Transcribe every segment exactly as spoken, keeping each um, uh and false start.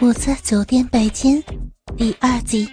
我在酒店拜间第二集。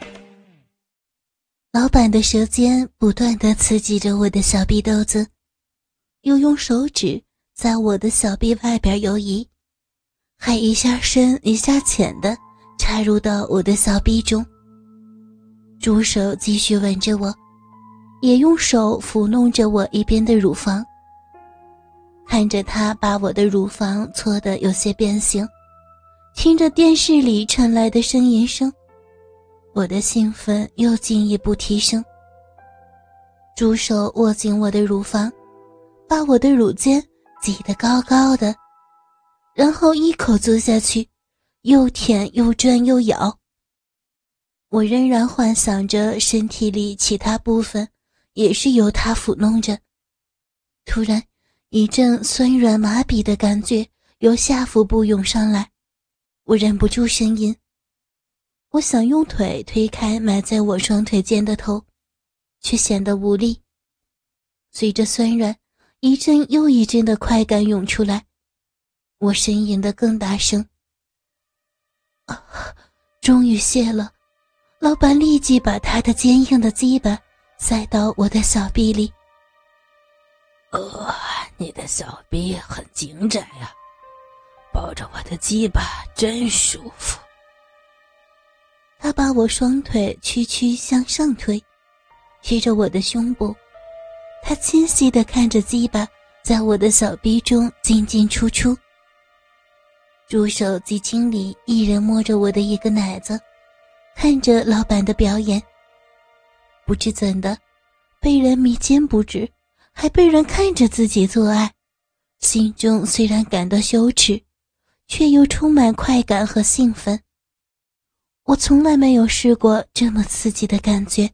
老板的舌尖不断地刺激着我的小臂豆子，又用手指在我的小臂外边游移，还一下深一下浅地插入到我的小臂中。猪手继续吻着我，也用手抚弄着我一边的乳房，看着他把我的乳房搓得有些变形，听着电视里传来的呻吟声，我的兴奋又进一步提升。猪手握紧我的乳房，把我的乳尖挤得高高的，然后一口嘬下去，又舔又转又咬。我仍然幻想着身体里其他部分也是由他抚弄着。突然一阵酸软麻痹的感觉由下腹部涌上来，我忍不住呻吟。我想用腿推开埋在我双腿间的头，却显得无力。随着酸软，一阵又一阵的快感涌出来，我呻吟得更大声。啊，终于泄了。老板立即把他的坚硬的鸡巴塞到我的小臂里。 呃，你的小臂很紧窄呀、啊，抱着我的鸡巴真舒服。 他把我双腿屈曲向上推，贴着我的胸部，他清晰地看着鸡巴在我的小臂中进进出出。猪手及经理一人摸着我的一个奶子，看着老板的表演。不知怎的，被人迷奸不止，还被人看着自己做爱，心中虽然感到羞耻，却又充满快感和兴奋。我从来没有试过这么刺激的感觉。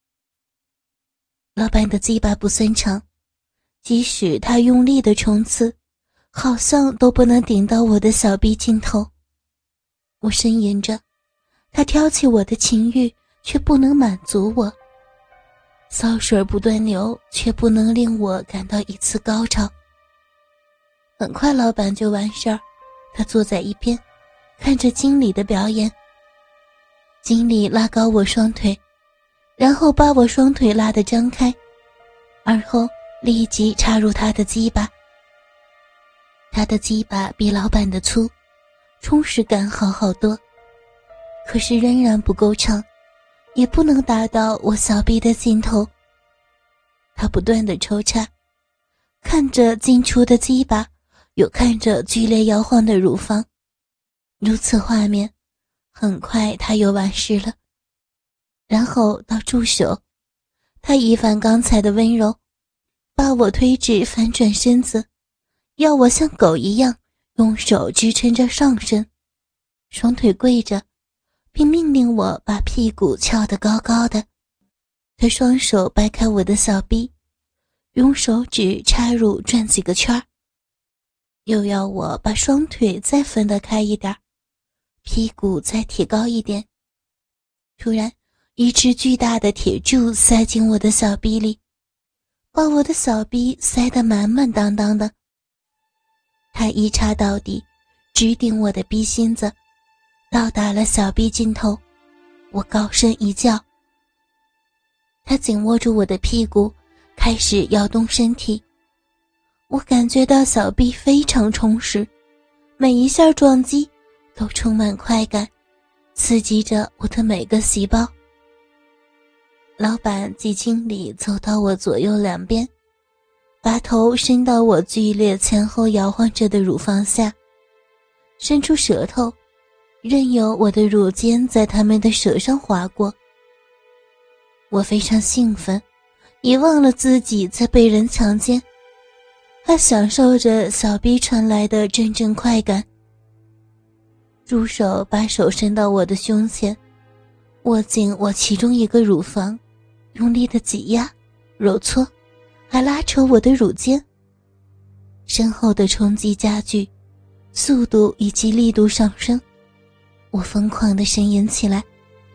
老板的鸡巴不算长，即使他用力的冲刺，好像都不能顶到我的小臂尽头。我呻吟着，他挑起我的情欲，却不能满足我。骚水不断流，却不能令我感到一次高潮。很快老板就完事儿，他坐在一边，看着经理的表演。经理拉高我双腿，然后把我双腿拉得张开，而后立即插入他的鸡巴。他的鸡巴比老板的粗，充实感好好多，可是仍然不够长，也不能达到我小臂的尽头。他不断地抽插，看着进出的鸡巴，又看着剧烈摇晃的乳房，如此画面，很快他又完事了。然后到助手，他一反刚才的温柔，把我推至反转身子，要我像狗一样用手支撑着上身，双腿跪着，并命令我把屁股翘得高高的。他双手掰开我的小臂，用手指插入转几个圈，又要我把双腿再分得开一点，屁股再提高一点。突然一只巨大的铁柱塞进我的小臂里，把我的小臂塞得满满当当的。他一插到底，直顶我的逼心子，到达了小臂尽头。我高声一叫。他紧握住我的屁股，开始摇动身体。我感觉到小臂非常充实，每一下撞击都充满快感，刺激着我的每个细胞。老板及经理走到我左右两边，把头伸到我剧烈前后摇晃着的乳房下，伸出舌头，任由我的乳尖在他们的舌上划过。我非常兴奋，遗忘了自己在被人强奸，还享受着小臂传来的阵阵快感。助手把手伸到我的胸前，握紧我其中一个乳房，用力的挤压、揉搓，还拉扯我的乳尖。身后的冲击加剧，速度以及力度上升，我疯狂地呻吟起来。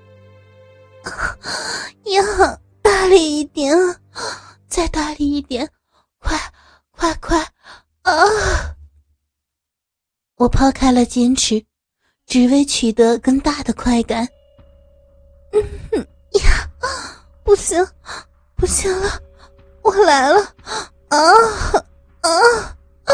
呀，大力一点，再大力一点，快快快啊！我抛开了坚持， 只为取得更大的快感。嗯呀，不行，不行了，我来了！啊啊啊！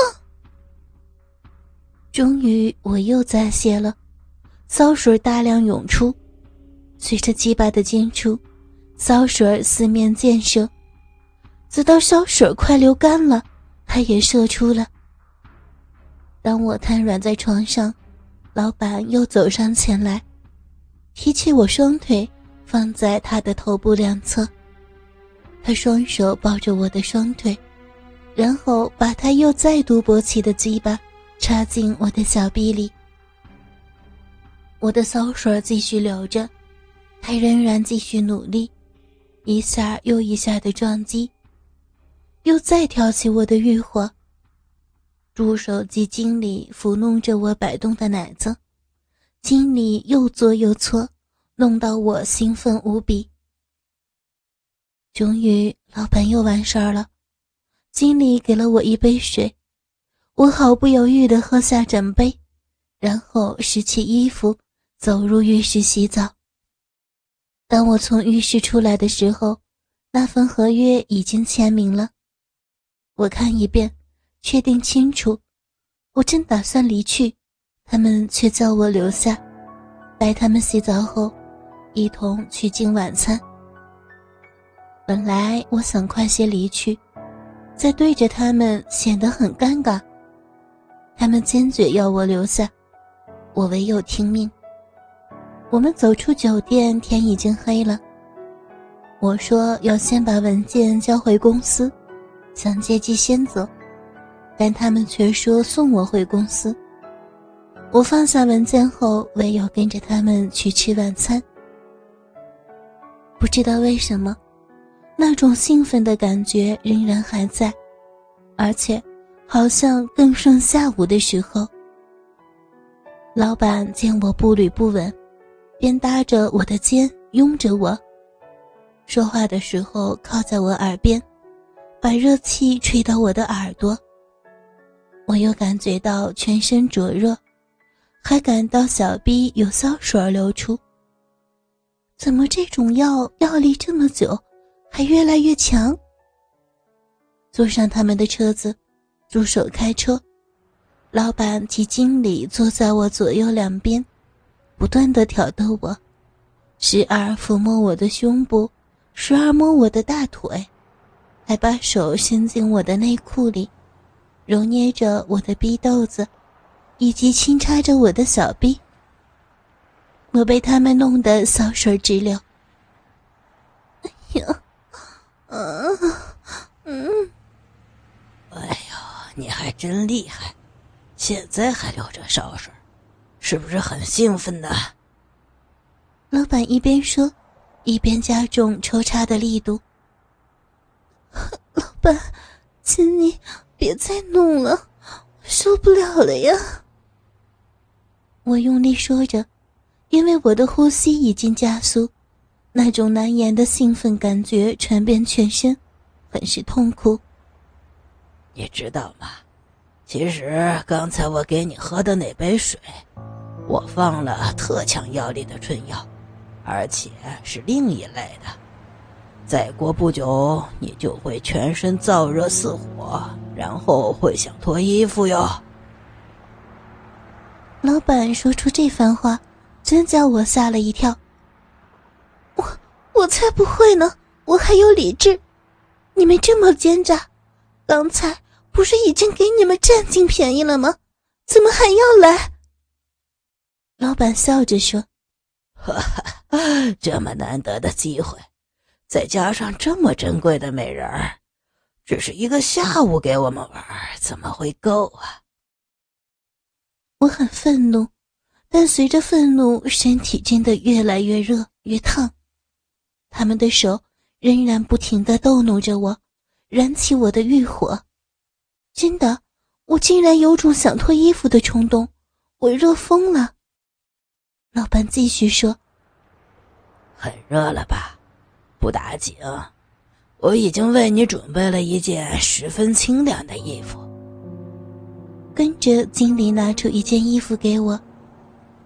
终于我又再泄了，骚水大量涌出，随着鸡巴的进出，骚水四面溅射，直到骚水快流干了，它也射出了。当我瘫软在床上，老板又走上前来，提起我双腿放在他的头部两侧，他双手抱着我的双腿，然后把他又再度勃起的鸡巴插进我的小臂里。我的骚水继续流着，他仍然继续努力，一下又一下的撞击，又再挑起我的欲火。助手及经理抚弄着我摆动的奶子，经理又做又搓，弄到我兴奋无比。终于老板又完事儿了，经理给了我一杯水，我毫不犹豫地喝下整杯，然后拾起衣服走入浴室洗澡。当我从浴室出来的时候，那份合约已经签名了。我看一遍，确定清楚，我正打算离去，他们却叫我留下，待他们洗澡后一同去进晚餐。本来我想快些离去，再对着他们显得很尴尬，他们坚决要我留下，我唯有听命。我们走出酒店，天已经黑了。我说要先把文件交回公司，想借机先走，但他们却说送我回公司。我放下文件后，唯有跟着他们去吃晚餐。不知道为什么，那种兴奋的感觉仍然还在，而且好像更胜下午的时候。老板见我步履不稳，便搭着我的肩拥着我，说话的时候靠在我耳边，把热气吹到我的耳朵。我又感觉到全身灼热，还感到小臂有骚水流出。怎么这种药药力这么久，还越来越强？坐上他们的车子，助手开车，老板及经理坐在我左右两边，不断地挑逗我，时而抚摸我的胸部，时而摸我的大腿，还把手伸进我的内裤里，揉捏着我的逼豆子，以及轻插着我的小臂。我被他们弄得骚水直流。哎呀，啊，嗯， 哎呦，你还真厉害，现在还流着骚水，是不是很兴奋呢？ 老板一边说，一边加重抽插的力度。老板，请你别再弄了，我受不了了呀。我用力说着，因为我的呼吸已经加速，那种难言的兴奋感觉传遍全身，很是痛苦。 你知道吗？其实刚才我给你喝的那杯水，我放了特强药力的春药，而且是另一类的。再过不久，你就会全身燥热似火，然后会想脱衣服哟。 老板说出这番话，真叫我吓了一跳。我我才不会呢，我还有理智。你们这么奸诈，刚才不是已经给你们占尽便宜了吗？怎么还要来？老板笑着说： 哈哈，这么难得的机会，再加上这么珍贵的美人儿，只是一个下午给我们玩，怎么会够啊？ 我很愤怒，但随着愤怒，身体真的越来越热越烫。他们的手仍然不停地逗弄着我，燃起我的欲火。真的，我竟然有种想脱衣服的冲动，我热疯了。老板继续说： 很热了吧？不打紧，我已经为你准备了一件十分清凉的衣服。 跟着经理拿出一件衣服给我，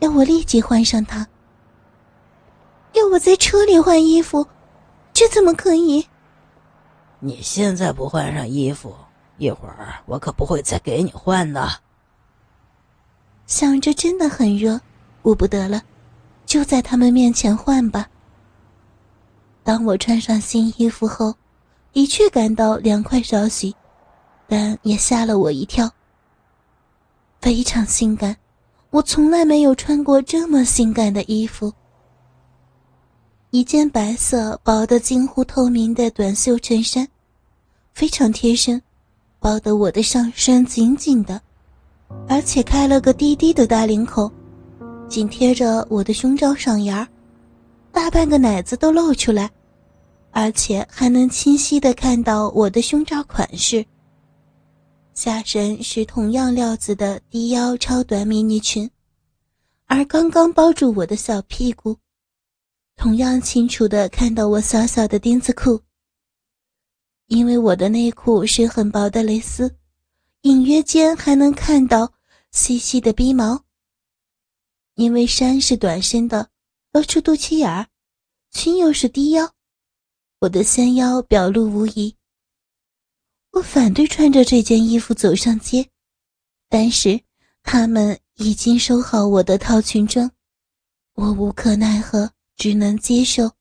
要我立即换上它。要我在车里换衣服，这怎么可以？ 你现在不换上衣服，一会儿我可不会再给你换的。 想着真的很热，顾不得了，就在他们面前换吧。当我穿上新衣服后，的确感到凉快少许，但也吓了我一跳。非常性感，我从来没有穿过这么性感的衣服。一件白色薄得近乎透明的短袖衬衫，非常贴身，包得我的上身紧紧的，而且开了个低低的大领口，紧贴着我的胸罩上沿儿，大半个奶子都露出来，而且还能清晰地看到我的胸罩款式。下身是同样料子的低腰超短迷你裙，而刚刚包住我的小屁股，同样清楚地看到我小小的丁字裤。因为我的内裤是很薄的蕾丝，隐约间还能看到细细的逼毛。因为衫是短身的，露出肚脐眼儿，裙又是低腰，我的纤腰表露无遗。我反对穿着这件衣服走上街，但是他们已经收好我的套裙装，我无可奈何，只能接受。